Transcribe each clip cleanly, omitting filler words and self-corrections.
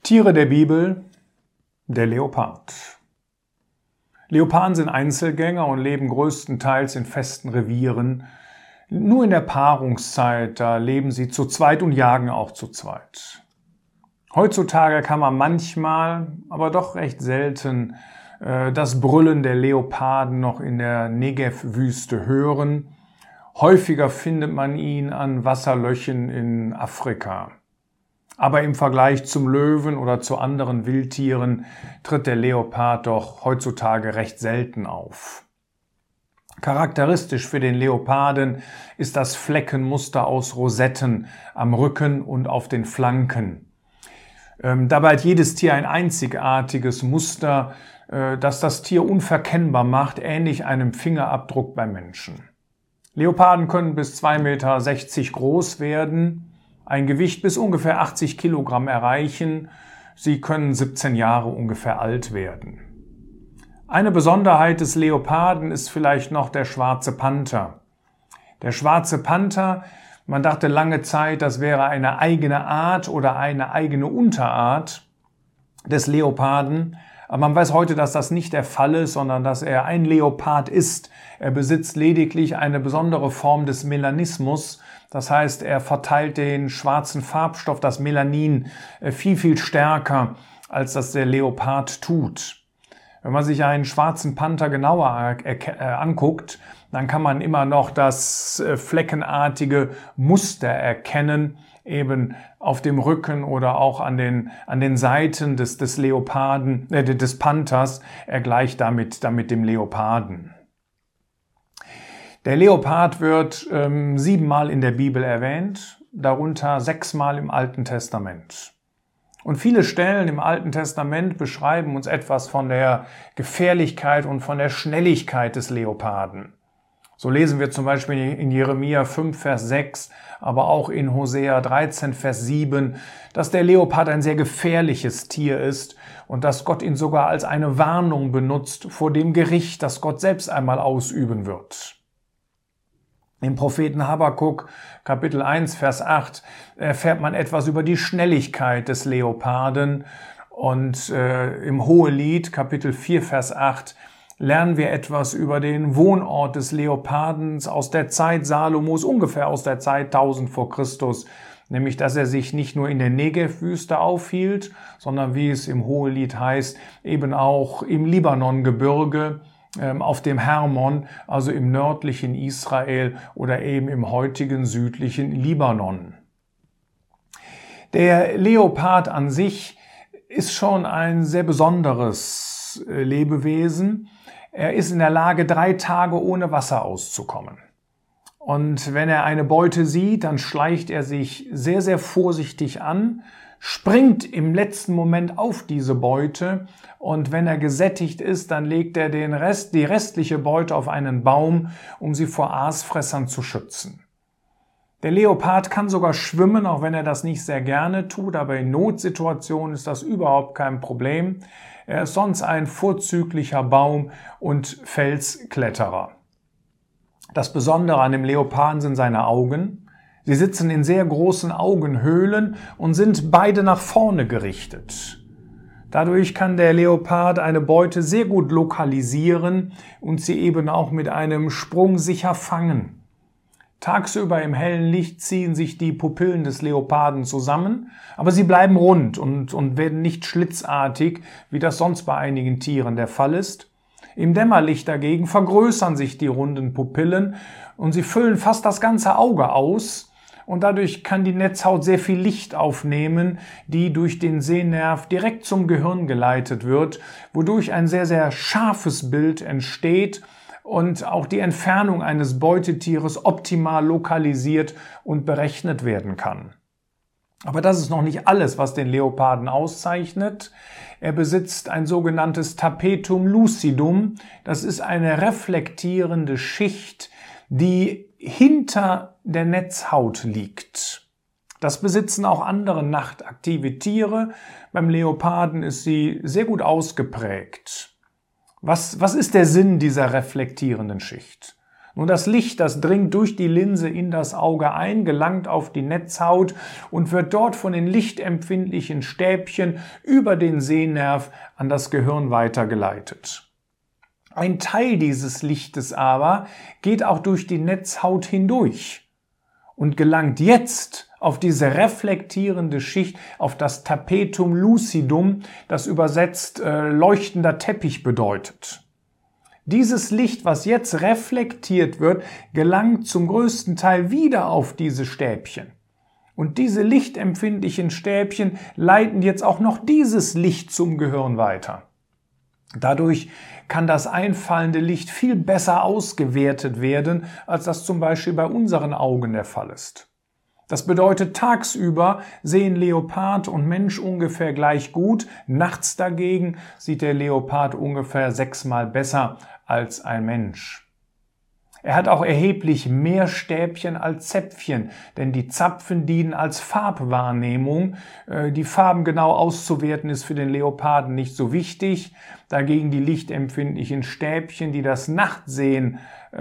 Tiere der Bibel, der Leopard. Leoparden sind Einzelgänger und leben größtenteils in festen Revieren. Nur in der Paarungszeit, da leben sie zu zweit und jagen auch zu zweit. Heutzutage kann man manchmal, aber doch recht selten, das Brüllen der Leoparden noch in der Negev-Wüste hören. Häufiger findet man ihn an Wasserlöchen in Afrika. Aber im Vergleich zum Löwen oder zu anderen Wildtieren tritt der Leopard doch heutzutage recht selten auf. Charakteristisch für den Leoparden ist das Fleckenmuster aus Rosetten am Rücken und auf den Flanken. Dabei hat jedes Tier ein einzigartiges Muster, das das Tier unverkennbar macht, ähnlich einem Fingerabdruck beim Menschen. Leoparden können bis 2,60 Meter groß werden, ein Gewicht bis ungefähr 80 Kilogramm erreichen. Sie können 17 Jahre ungefähr alt werden. Eine Besonderheit des Leoparden ist vielleicht noch der schwarze Panther. Der schwarze Panther, man dachte lange Zeit, das wäre eine eigene Art oder eine eigene Unterart des Leoparden. Aber man weiß heute, dass das nicht der Fall ist, sondern dass er ein Leopard ist. Er besitzt lediglich eine besondere Form des Melanismus. Das heißt, er verteilt den schwarzen Farbstoff, das Melanin, viel stärker, als das der Leopard tut. Wenn man sich einen schwarzen Panther genauer anguckt, dann kann man immer noch das fleckenartige Muster erkennen, eben auf dem Rücken oder auch an den Seiten des Leoparden, des Panthers. Er gleicht damit dem Leoparden. Der Leopard wird 7-mal in der Bibel erwähnt, darunter 6-mal im Alten Testament. Und viele Stellen im Alten Testament beschreiben uns etwas von der Gefährlichkeit und von der Schnelligkeit des Leoparden. So lesen wir zum Beispiel in Jeremia 5, Vers 6, aber auch in Hosea 13, Vers 7, dass der Leopard ein sehr gefährliches Tier ist und dass Gott ihn sogar als eine Warnung benutzt vor dem Gericht, das Gott selbst einmal ausüben wird. Im Propheten Habakuk, Kapitel 1, Vers 8, erfährt man etwas über die Schnelligkeit des Leoparden und im Hohelied, Kapitel 4, Vers 8, lernen wir etwas über den Wohnort des Leopardens aus der Zeit Salomos, ungefähr aus der Zeit 1000 vor Christus, nämlich dass er sich nicht nur in der Negev-Wüste aufhielt, sondern wie es im Hohelied heißt, eben auch im Libanongebirge, auf dem Hermon, also im nördlichen Israel oder eben im heutigen südlichen Libanon. Der Leopard an sich ist schon ein sehr besonderes Lebewesen. Er ist in der Lage, 3 Tage ohne Wasser auszukommen. Und wenn er eine Beute sieht, dann schleicht er sich sehr, sehr vorsichtig an, springt im letzten Moment auf diese Beute und wenn er gesättigt ist, dann legt er die restliche Beute auf einen Baum, um sie vor Aasfressern zu schützen. Der Leopard kann sogar schwimmen, auch wenn er das nicht sehr gerne tut, aber in Notsituationen ist das überhaupt kein Problem. Er ist sonst ein vorzüglicher Baum- und Felskletterer. Das Besondere an dem Leoparden sind seine Augen. Sie sitzen in sehr großen Augenhöhlen und sind beide nach vorne gerichtet. Dadurch kann der Leopard eine Beute sehr gut lokalisieren und sie eben auch mit einem Sprung sicher fangen. Tagsüber im hellen Licht ziehen sich die Pupillen des Leoparden zusammen, aber sie bleiben rund und werden nicht schlitzartig, wie das sonst bei einigen Tieren der Fall ist. Im Dämmerlicht dagegen vergrößern sich die runden Pupillen und sie füllen fast das ganze Auge aus. Und dadurch kann die Netzhaut sehr viel Licht aufnehmen, die durch den Sehnerv direkt zum Gehirn geleitet wird, wodurch ein sehr, sehr scharfes Bild entsteht und auch die Entfernung eines Beutetieres optimal lokalisiert und berechnet werden kann. Aber das ist noch nicht alles, was den Leoparden auszeichnet. Er besitzt ein sogenanntes Tapetum lucidum. Das ist eine reflektierende Schicht, die hinter der Netzhaut liegt. Das besitzen auch andere nachtaktive Tiere. Beim Leoparden ist sie sehr gut ausgeprägt. Was ist der Sinn dieser reflektierenden Schicht? Nun, das Licht, das dringt durch die Linse in das Auge ein, gelangt auf die Netzhaut und wird dort von den lichtempfindlichen Stäbchen über den Sehnerv an das Gehirn weitergeleitet. Ein Teil dieses Lichtes aber geht auch durch die Netzhaut hindurch und gelangt jetzt auf diese reflektierende Schicht, auf das Tapetum lucidum, das übersetzt leuchtender Teppich bedeutet. Dieses Licht, was jetzt reflektiert wird, gelangt zum größten Teil wieder auf diese Stäbchen. Und diese lichtempfindlichen Stäbchen leiten jetzt auch noch dieses Licht zum Gehirn weiter. Dadurch kann das einfallende Licht viel besser ausgewertet werden, als das zum Beispiel bei unseren Augen der Fall ist. Das bedeutet, tagsüber sehen Leopard und Mensch ungefähr gleich gut, nachts dagegen sieht der Leopard ungefähr 6-mal besser als ein Mensch. Er hat auch erheblich mehr Stäbchen als Zäpfchen, denn die Zapfen dienen als Farbwahrnehmung. Die Farben genau auszuwerten ist für den Leoparden nicht so wichtig. Dagegen die lichtempfindlichen Stäbchen, die das Nachtsehen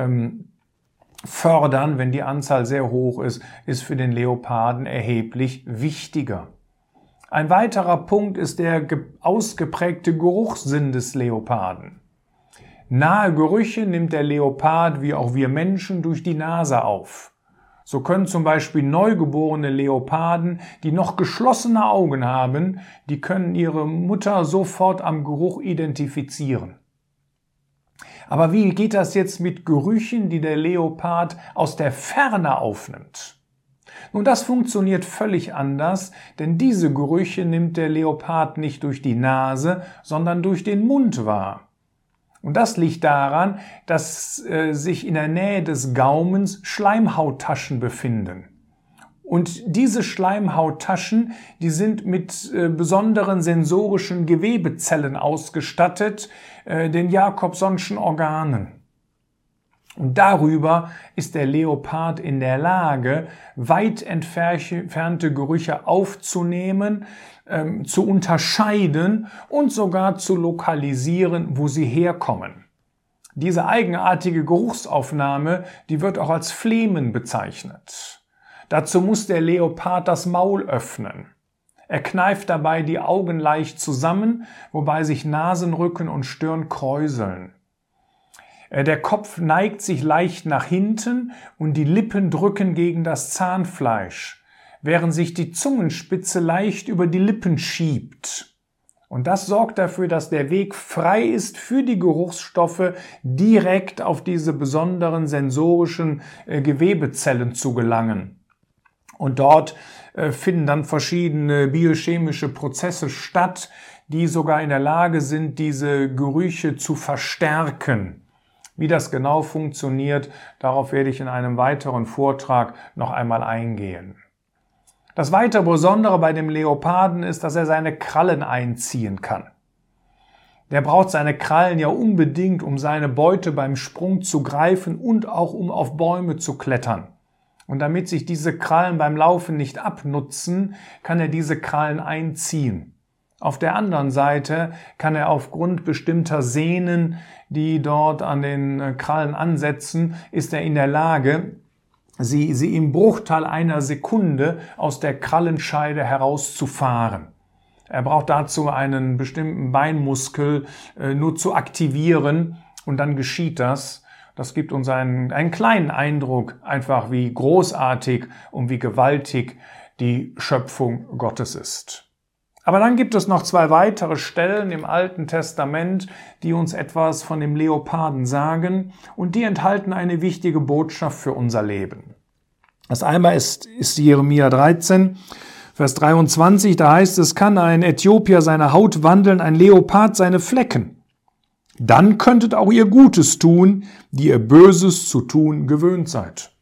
fördern, wenn die Anzahl sehr hoch ist für den Leoparden erheblich wichtiger. Ein weiterer Punkt ist der ausgeprägte Geruchssinn des Leoparden. Nahe Gerüche nimmt der Leopard wie auch wir Menschen durch die Nase auf. So können zum Beispiel neugeborene Leoparden, die noch geschlossene Augen haben, die können ihre Mutter sofort am Geruch identifizieren. Aber wie geht das jetzt mit Gerüchen, die der Leopard aus der Ferne aufnimmt? Nun, das funktioniert völlig anders, denn diese Gerüche nimmt der Leopard nicht durch die Nase, sondern durch den Mund wahr. Und das liegt daran, dass sich in der Nähe des Gaumens Schleimhauttaschen befinden. Und diese Schleimhauttaschen, die sind mit besonderen sensorischen Gewebezellen ausgestattet, den Jacobsonschen Organen. Und darüber ist der Leopard in der Lage, weit entfernte Gerüche aufzunehmen, zu unterscheiden und sogar zu lokalisieren, wo sie herkommen. Diese eigenartige Geruchsaufnahme, die wird auch als Flehmen bezeichnet. Dazu muss der Leopard das Maul öffnen. Er kneift dabei die Augen leicht zusammen, wobei sich Nasenrücken und Stirn kräuseln. Der Kopf neigt sich leicht nach hinten und die Lippen drücken gegen das Zahnfleisch, während sich die Zungenspitze leicht über die Lippen schiebt. Und das sorgt dafür, dass der Weg frei ist für die Geruchsstoffe, direkt auf diese besonderen sensorischen Gewebezellen zu gelangen. Und dort finden dann verschiedene biochemische Prozesse statt, die sogar in der Lage sind, diese Gerüche zu verstärken. Wie das genau funktioniert, darauf werde ich in einem weiteren Vortrag noch einmal eingehen. Das weitere Besondere bei dem Leoparden ist, dass er seine Krallen einziehen kann. Der braucht seine Krallen ja unbedingt, um seine Beute beim Sprung zu greifen und auch um auf Bäume zu klettern. Und damit sich diese Krallen beim Laufen nicht abnutzen, kann er diese Krallen einziehen. Auf der anderen Seite kann er aufgrund bestimmter Sehnen, die dort an den Krallen ansetzen, ist er in der Lage, sie im Bruchteil einer Sekunde aus der Krallenscheide herauszufahren. Er braucht dazu einen bestimmten Beinmuskel nur zu aktivieren und dann geschieht das. Das gibt uns einen kleinen Eindruck, einfach wie großartig und wie gewaltig die Schöpfung Gottes ist. Aber dann gibt es noch 2 weitere Stellen im Alten Testament, die uns etwas von dem Leoparden sagen und die enthalten eine wichtige Botschaft für unser Leben. Das einmal ist Jeremia 13, Vers 23, da heißt es, kann ein Äthiopier seine Haut wandeln, ein Leopard seine Flecken. Dann könntet auch ihr Gutes tun, die ihr Böses zu tun gewöhnt seid.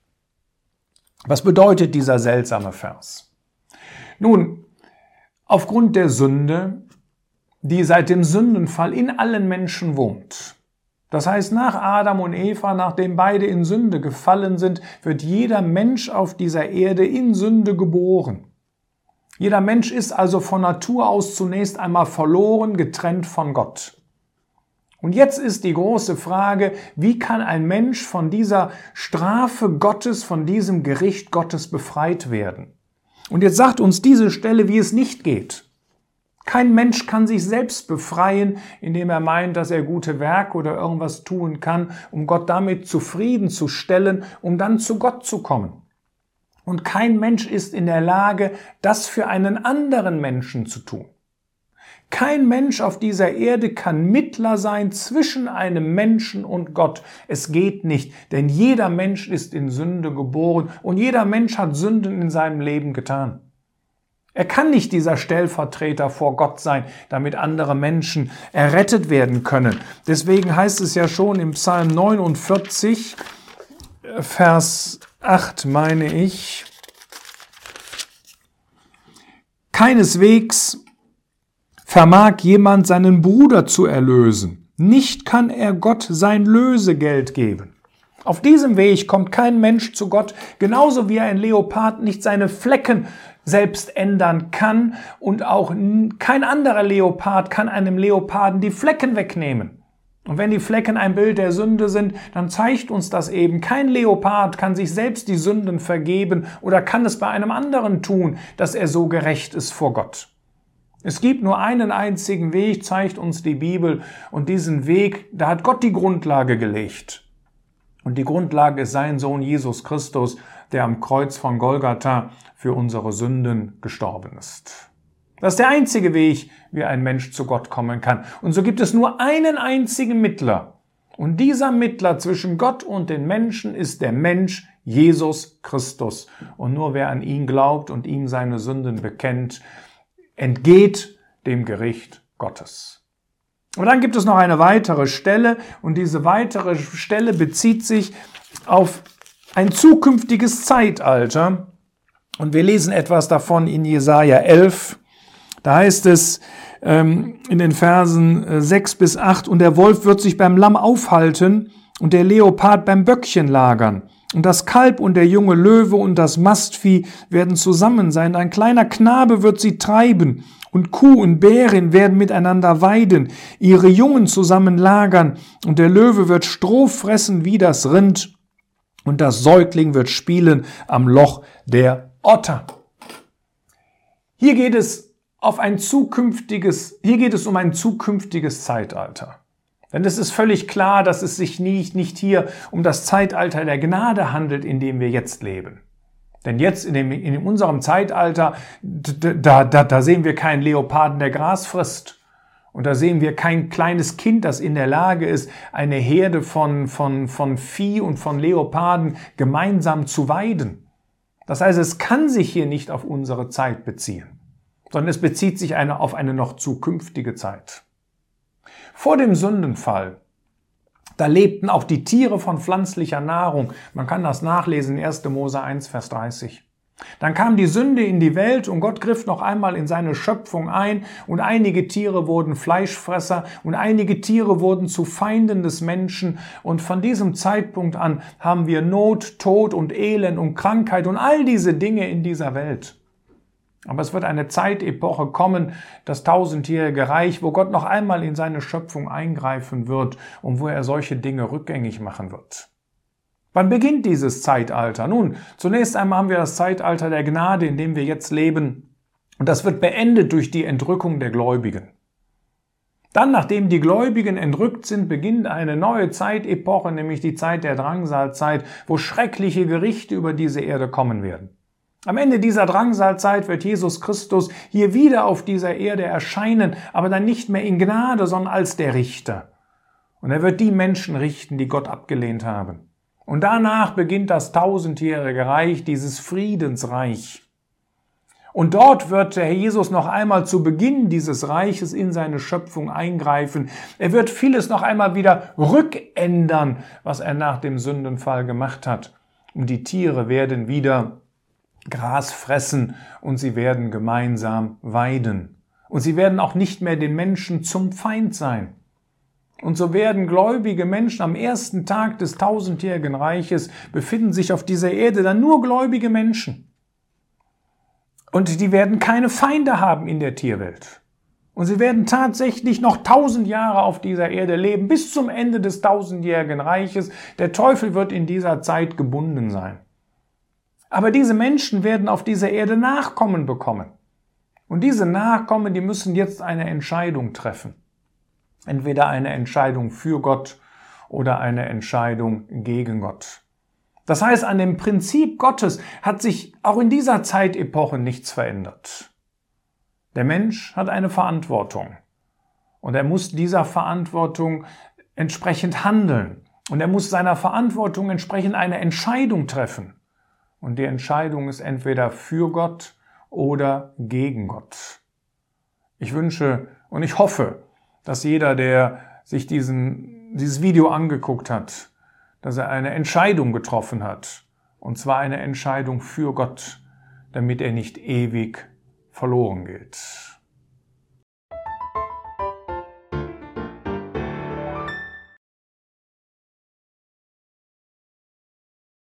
Was bedeutet dieser seltsame Vers? Nun, aufgrund der Sünde, die seit dem Sündenfall in allen Menschen wohnt. Das heißt, nach Adam und Eva, nachdem beide in Sünde gefallen sind, wird jeder Mensch auf dieser Erde in Sünde geboren. Jeder Mensch ist also von Natur aus zunächst einmal verloren, getrennt von Gott. Und jetzt ist die große Frage, wie kann ein Mensch von dieser Strafe Gottes, von diesem Gericht Gottes befreit werden? Und jetzt sagt uns diese Stelle, wie es nicht geht. Kein Mensch kann sich selbst befreien, indem er meint, dass er gute Werke oder irgendwas tun kann, um Gott damit zufriedenzustellen, um dann zu Gott zu kommen. Und kein Mensch ist in der Lage, das für einen anderen Menschen zu tun. Kein Mensch auf dieser Erde kann Mittler sein zwischen einem Menschen und Gott. Es geht nicht, denn jeder Mensch ist in Sünde geboren und jeder Mensch hat Sünden in seinem Leben getan. Er kann nicht dieser Stellvertreter vor Gott sein, damit andere Menschen errettet werden können. Deswegen heißt es ja schon im Psalm 49, Vers 8, meine ich, keineswegs vermag jemand seinen Bruder zu erlösen, nicht kann er Gott sein Lösegeld geben. Auf diesem Weg kommt kein Mensch zu Gott, genauso wie ein Leopard nicht seine Flecken selbst ändern kann und auch kein anderer Leopard kann einem Leoparden die Flecken wegnehmen. Und wenn die Flecken ein Bild der Sünde sind, dann zeigt uns das eben. Kein Leopard kann sich selbst die Sünden vergeben oder kann es bei einem anderen tun, dass er so gerecht ist vor Gott. Es gibt nur einen einzigen Weg, zeigt uns die Bibel, und diesen Weg, da hat Gott die Grundlage gelegt. Und die Grundlage ist sein Sohn Jesus Christus, der am Kreuz von Golgatha für unsere Sünden gestorben ist. Das ist der einzige Weg, wie ein Mensch zu Gott kommen kann. Und so gibt es nur einen einzigen Mittler. Und dieser Mittler zwischen Gott und den Menschen ist der Mensch Jesus Christus. Und nur wer an ihn glaubt und ihm seine Sünden bekennt, entgeht dem Gericht Gottes. Und dann gibt es noch eine weitere Stelle, und diese weitere Stelle bezieht sich auf ein zukünftiges Zeitalter. Und wir lesen etwas davon in Jesaja 11. Da heißt es in den Versen 6 bis 8, und der Wolf wird sich beim Lamm aufhalten und der Leopard beim Böckchen lagern. Und das Kalb und der junge Löwe und das Mastvieh werden zusammen sein. Ein kleiner Knabe wird sie treiben, und Kuh und Bärin werden miteinander weiden, ihre Jungen zusammen lagern, und der Löwe wird Stroh fressen wie das Rind, und das Säugling wird spielen am Loch der Otter. Hier geht es um ein zukünftiges Zeitalter. Denn es ist völlig klar, dass es sich nicht hier um das Zeitalter der Gnade handelt, in dem wir jetzt leben. Denn jetzt in unserem Zeitalter, da sehen wir keinen Leoparden, der Gras frisst. Und da sehen wir kein kleines Kind, das in der Lage ist, eine Herde von Vieh und von Leoparden gemeinsam zu weiden. Das heißt, es kann sich hier nicht auf unsere Zeit beziehen, sondern es bezieht sich auf eine noch zukünftige Zeit. Vor dem Sündenfall, da lebten auch die Tiere von pflanzlicher Nahrung. Man kann das nachlesen in 1. Mose 1, Vers 30. Dann kam die Sünde in die Welt und Gott griff noch einmal in seine Schöpfung ein und einige Tiere wurden Fleischfresser und einige Tiere wurden zu Feinden des Menschen, und von diesem Zeitpunkt an haben wir Not, Tod und Elend und Krankheit und all diese Dinge in dieser Welt. Aber es wird eine Zeitepoche kommen, das tausendjährige Reich, wo Gott noch einmal in seine Schöpfung eingreifen wird und wo er solche Dinge rückgängig machen wird. Wann beginnt dieses Zeitalter? Nun, zunächst einmal haben wir das Zeitalter der Gnade, in dem wir jetzt leben. Und das wird beendet durch die Entrückung der Gläubigen. Dann, nachdem die Gläubigen entrückt sind, beginnt eine neue Zeitepoche, nämlich die Zeit der Drangsalzeit, wo schreckliche Gerichte über diese Erde kommen werden. Am Ende dieser Drangsalzeit wird Jesus Christus hier wieder auf dieser Erde erscheinen, aber dann nicht mehr in Gnade, sondern als der Richter. Und er wird die Menschen richten, die Gott abgelehnt haben. Und danach beginnt das tausendjährige Reich, dieses Friedensreich. Und dort wird der Herr Jesus noch einmal zu Beginn dieses Reiches in seine Schöpfung eingreifen. Er wird vieles noch einmal wieder rückändern, was er nach dem Sündenfall gemacht hat. Und die Tiere werden wieder Gras fressen und sie werden gemeinsam weiden. Und sie werden auch nicht mehr den Menschen zum Feind sein. Und so werden gläubige Menschen am ersten Tag des tausendjährigen Reiches, befinden sich auf dieser Erde dann nur gläubige Menschen. Und die werden keine Feinde haben in der Tierwelt. Und sie werden tatsächlich noch 1000 Jahre auf dieser Erde leben, bis zum Ende des 1000-jährigen Reiches. Der Teufel wird in dieser Zeit gebunden sein. Aber diese Menschen werden auf dieser Erde Nachkommen bekommen. Und diese Nachkommen, die müssen jetzt eine Entscheidung treffen. Entweder eine Entscheidung für Gott oder eine Entscheidung gegen Gott. Das heißt, an dem Prinzip Gottes hat sich auch in dieser Zeitepoche nichts verändert. Der Mensch hat eine Verantwortung und er muss dieser Verantwortung entsprechend handeln und er muss seiner Verantwortung entsprechend eine Entscheidung treffen. Und die Entscheidung ist entweder für Gott oder gegen Gott. Ich wünsche und ich hoffe, dass jeder, der sich dieses Video angeguckt hat, dass er eine Entscheidung getroffen hat, und zwar eine Entscheidung für Gott, damit er nicht ewig verloren geht.